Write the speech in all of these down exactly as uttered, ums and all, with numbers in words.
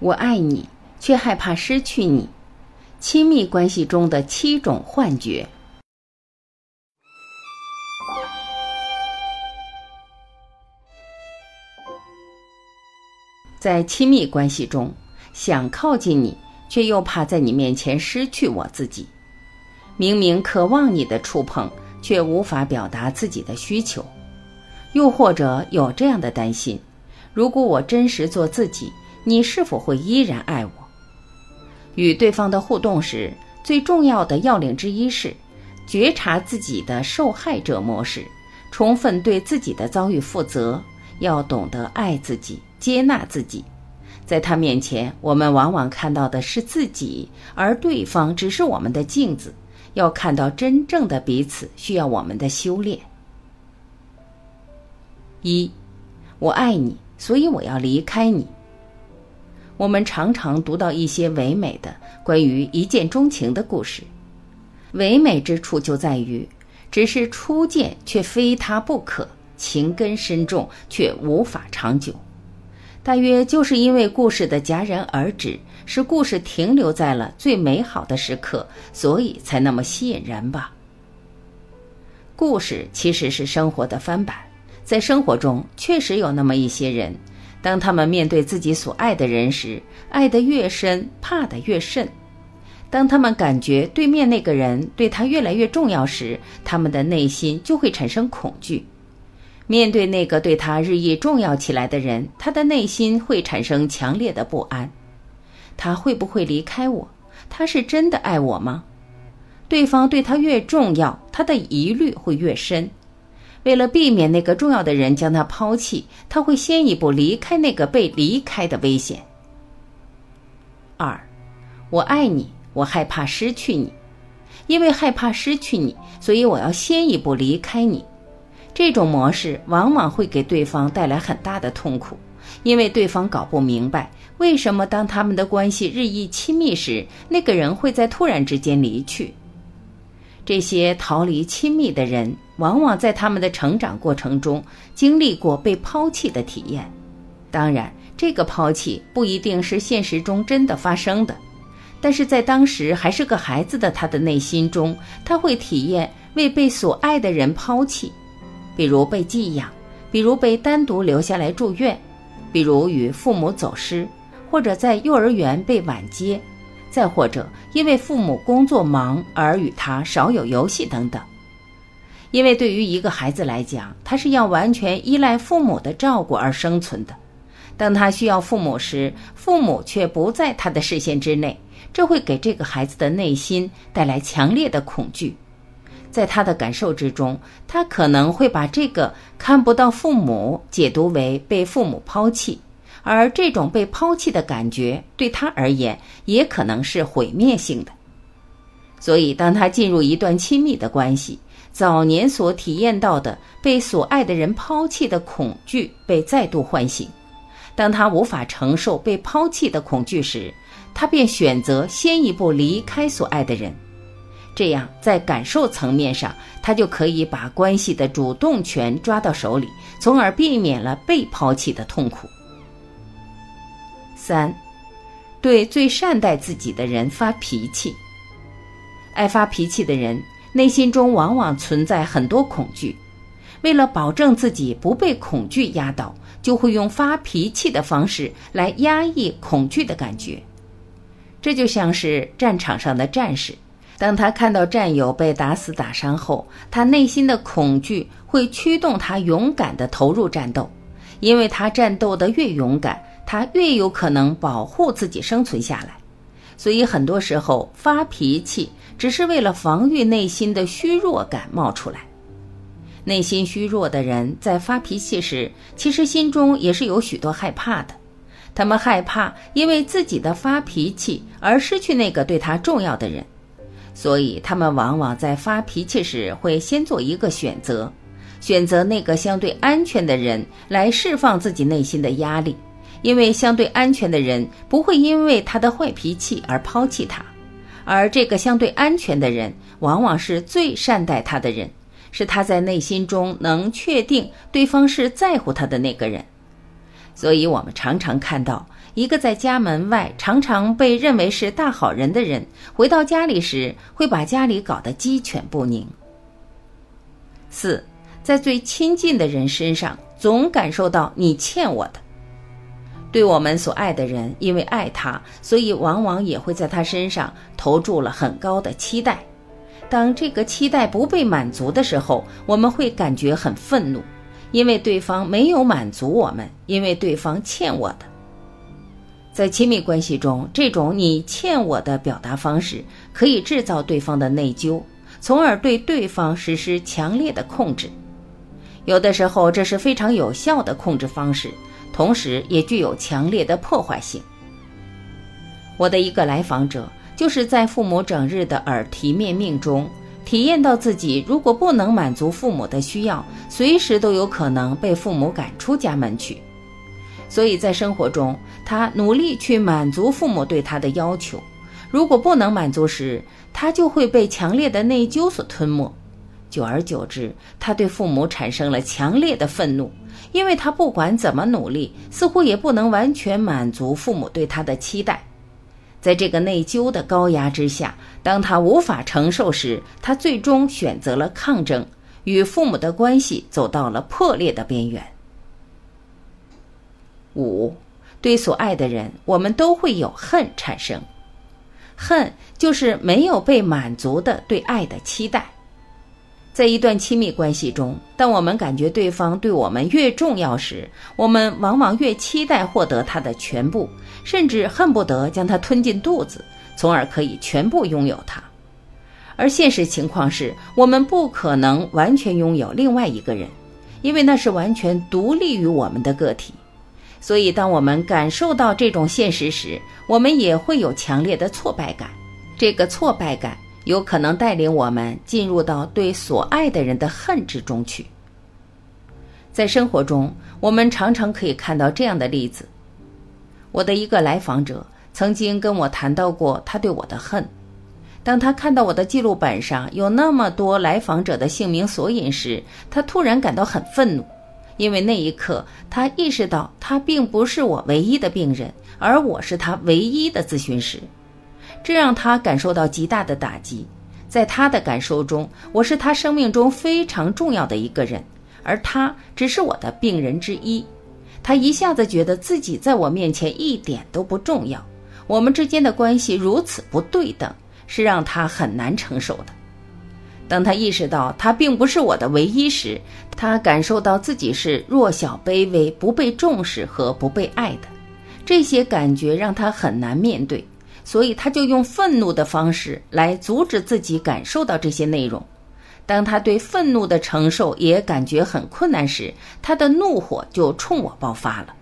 我爱你，却害怕失去你。亲密关系中的七种幻觉。在亲密关系中，想靠近你，却又怕在你面前失去我自己。明明渴望你的触碰，却无法表达自己的需求。又或者有这样的担心，如果我真实做自己，你是否会依然爱我？与对方的互动时，最重要的要领之一是觉察自己的受害者模式，充分对自己的遭遇负责，要懂得爱自己，接纳自己。在他面前，我们往往看到的是自己，而对方只是我们的镜子。要看到真正的彼此，需要我们的修炼。一，我爱你，所以我要离开你。我们常常读到一些唯美的关于一见钟情的故事，唯美之处就在于，只是初见却非他不可，情根深重却无法长久。大约就是因为故事的戛然而止，使故事停留在了最美好的时刻，所以才那么吸引人吧。故事其实是生活的翻版，在生活中确实有那么一些人，当他们面对自己所爱的人时，爱得越深，怕得越甚。当他们感觉对面那个人对他越来越重要时，他们的内心就会产生恐惧。面对那个对他日益重要起来的人，他的内心会产生强烈的不安。他会不会离开我？他是真的爱我吗？对方对他越重要，他的疑虑会越深。为了避免那个重要的人将他抛弃，他会先一步离开那个被离开的危险。二，我爱你，我害怕失去你。因为害怕失去你，所以我要先一步离开你。这种模式往往会给对方带来很大的痛苦，因为对方搞不明白，为什么当他们的关系日益亲密时，那个人会在突然之间离去。这些逃离亲密的人，往往在他们的成长过程中经历过被抛弃的体验。当然，这个抛弃不一定是现实中真的发生的，但是在当时还是个孩子的他的内心中，他会体验为被所爱的人抛弃，比如被寄养，比如被单独留下来住院，比如与父母走失，或者在幼儿园被晚接，再或者因为父母工作忙而与他少有游戏等等。因为对于一个孩子来讲，他是要完全依赖父母的照顾而生存的。当他需要父母时，父母却不在他的视线之内，这会给这个孩子的内心带来强烈的恐惧。在他的感受之中，他可能会把这个看不到父母解读为被父母抛弃，而这种被抛弃的感觉对他而言也可能是毁灭性的。所以当他进入一段亲密的关系，早年所体验到的被所爱的人抛弃的恐惧被再度唤醒。当他无法承受被抛弃的恐惧时，他便选择先一步离开所爱的人。这样在感受层面上，他就可以把关系的主动权抓到手里，从而避免了被抛弃的痛苦。三，对最善待自己的人发脾气。爱发脾气的人内心中往往存在很多恐惧，为了保证自己不被恐惧压倒，就会用发脾气的方式来压抑恐惧的感觉。这就像是战场上的战士，当他看到战友被打死打伤后，他内心的恐惧会驱动他勇敢地投入战斗，因为他战斗得越勇敢，他越有可能保护自己生存下来。所以很多时候发脾气只是为了防御内心的虚弱感冒出来。内心虚弱的人在发脾气时，其实心中也是有许多害怕的。他们害怕因为自己的发脾气而失去那个对他重要的人，所以他们往往在发脾气时会先做一个选择，选择那个相对安全的人来释放自己内心的压力，因为相对安全的人不会因为他的坏脾气而抛弃他，而这个相对安全的人往往是最善待他的人，是他在内心中能确定对方是在乎他的那个人。所以我们常常看到一个在家门外常常被认为是大好人的人，回到家里时会把家里搞得鸡犬不宁。四，在最亲近的人身上总感受到你欠我的。对我们所爱的人，因为爱他，所以往往也会在他身上投注了很高的期待。当这个期待不被满足的时候，我们会感觉很愤怒，因为对方没有满足我们，因为对方欠我的。在亲密关系中，这种你欠我的表达方式可以制造对方的内疚，从而对对方实施强烈的控制。有的时候这是非常有效的控制方式，同时也具有强烈的破坏性。我的一个来访者就是在父母整日的耳提面命中，体验到自己如果不能满足父母的需要，随时都有可能被父母赶出家门去。所以在生活中，他努力去满足父母对他的要求，如果不能满足时，他就会被强烈的内疚所吞没。久而久之，他对父母产生了强烈的愤怒，因为他不管怎么努力，似乎也不能完全满足父母对他的期待。在这个内疚的高压之下，当他无法承受时，他最终选择了抗争，与父母的关系走到了破裂的边缘。五，对所爱的人，我们都会有恨产生。恨就是没有被满足的对爱的期待。在一段亲密关系中，当我们感觉对方对我们越重要时，我们往往越期待获得他的全部，甚至恨不得将他吞进肚子，从而可以全部拥有他。而现实情况是，我们不可能完全拥有另外一个人，因为那是完全独立于我们的个体。所以当我们感受到这种现实时，我们也会有强烈的挫败感。这个挫败感有可能带领我们进入到对所爱的人的恨之中去。在生活中，我们常常可以看到这样的例子。我的一个来访者曾经跟我谈到过他对我的恨。当他看到我的记录本上有那么多来访者的姓名索引时，他突然感到很愤怒，因为那一刻他意识到他并不是我唯一的病人，而我是他唯一的咨询师。这让他感受到极大的打击。在他的感受中，我是他生命中非常重要的一个人，而他只是我的病人之一。他一下子觉得自己在我面前一点都不重要，我们之间的关系如此不对等，是让他很难承受的。当他意识到他并不是我的唯一时，他感受到自己是弱小卑微、不被重视和不被爱的。这些感觉让他很难面对，所以他就用愤怒的方式来阻止自己感受到这些内容。当他对愤怒的承受也感觉很困难时，他的怒火就冲我爆发了。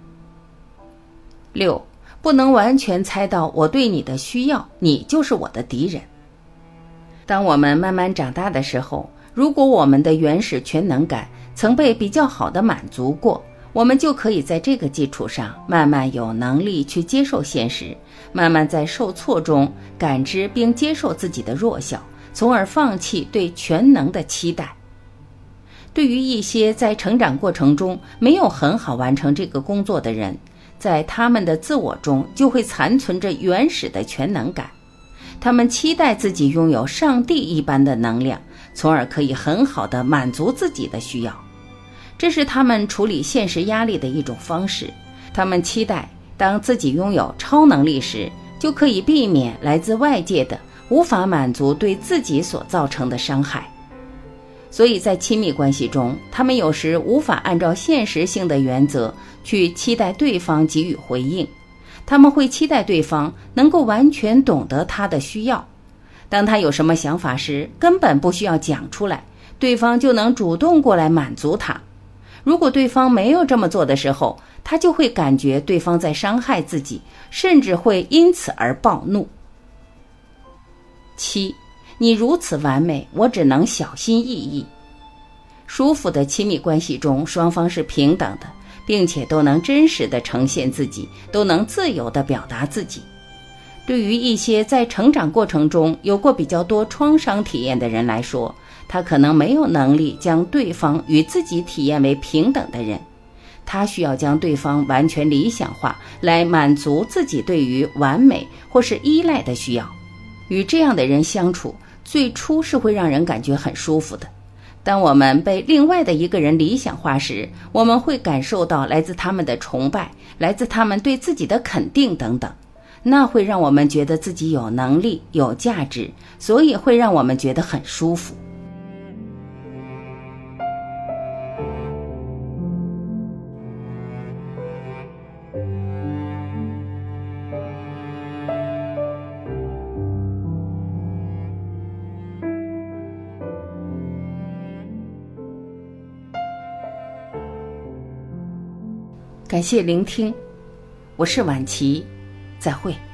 六，不能完全猜到我对你的需要，你就是我的敌人。当我们慢慢长大的时候，如果我们的原始全能感曾被比较好的满足过，我们就可以在这个基础上慢慢有能力去接受现实，慢慢在受挫中感知并接受自己的弱小，从而放弃对全能的期待。对于一些在成长过程中没有很好完成这个工作的人，在他们的自我中就会残存着原始的全能感，他们期待自己拥有上帝一般的能量，从而可以很好地满足自己的需要。这是他们处理现实压力的一种方式。他们期待当自己拥有超能力时，就可以避免来自外界的无法满足对自己所造成的伤害。所以在亲密关系中，他们有时无法按照现实性的原则去期待对方给予回应，他们会期待对方能够完全懂得他的需要。当他有什么想法时，根本不需要讲出来，对方就能主动过来满足他。如果对方没有这么做的时候，他就会感觉对方在伤害自己，甚至会因此而暴怒。七，你如此完美，我只能小心翼翼。舒服的亲密关系中，双方是平等的，并且都能真实地呈现自己，都能自由地表达自己。对于一些在成长过程中有过比较多创伤体验的人来说，他可能没有能力将对方与自己体验为平等的人， 他需要将对方完全理想化，来满足自己对于完美或是依赖的需要。与这样的人相处，最初是会让人感觉很舒服的。当我们被另外的一个人理想化时，我们会感受到来自他们的崇拜，来自他们对自己的肯定等等，那会让我们觉得自己有能力、有价值，所以会让我们觉得很舒服。感谢聆听，我是婉琪，再会。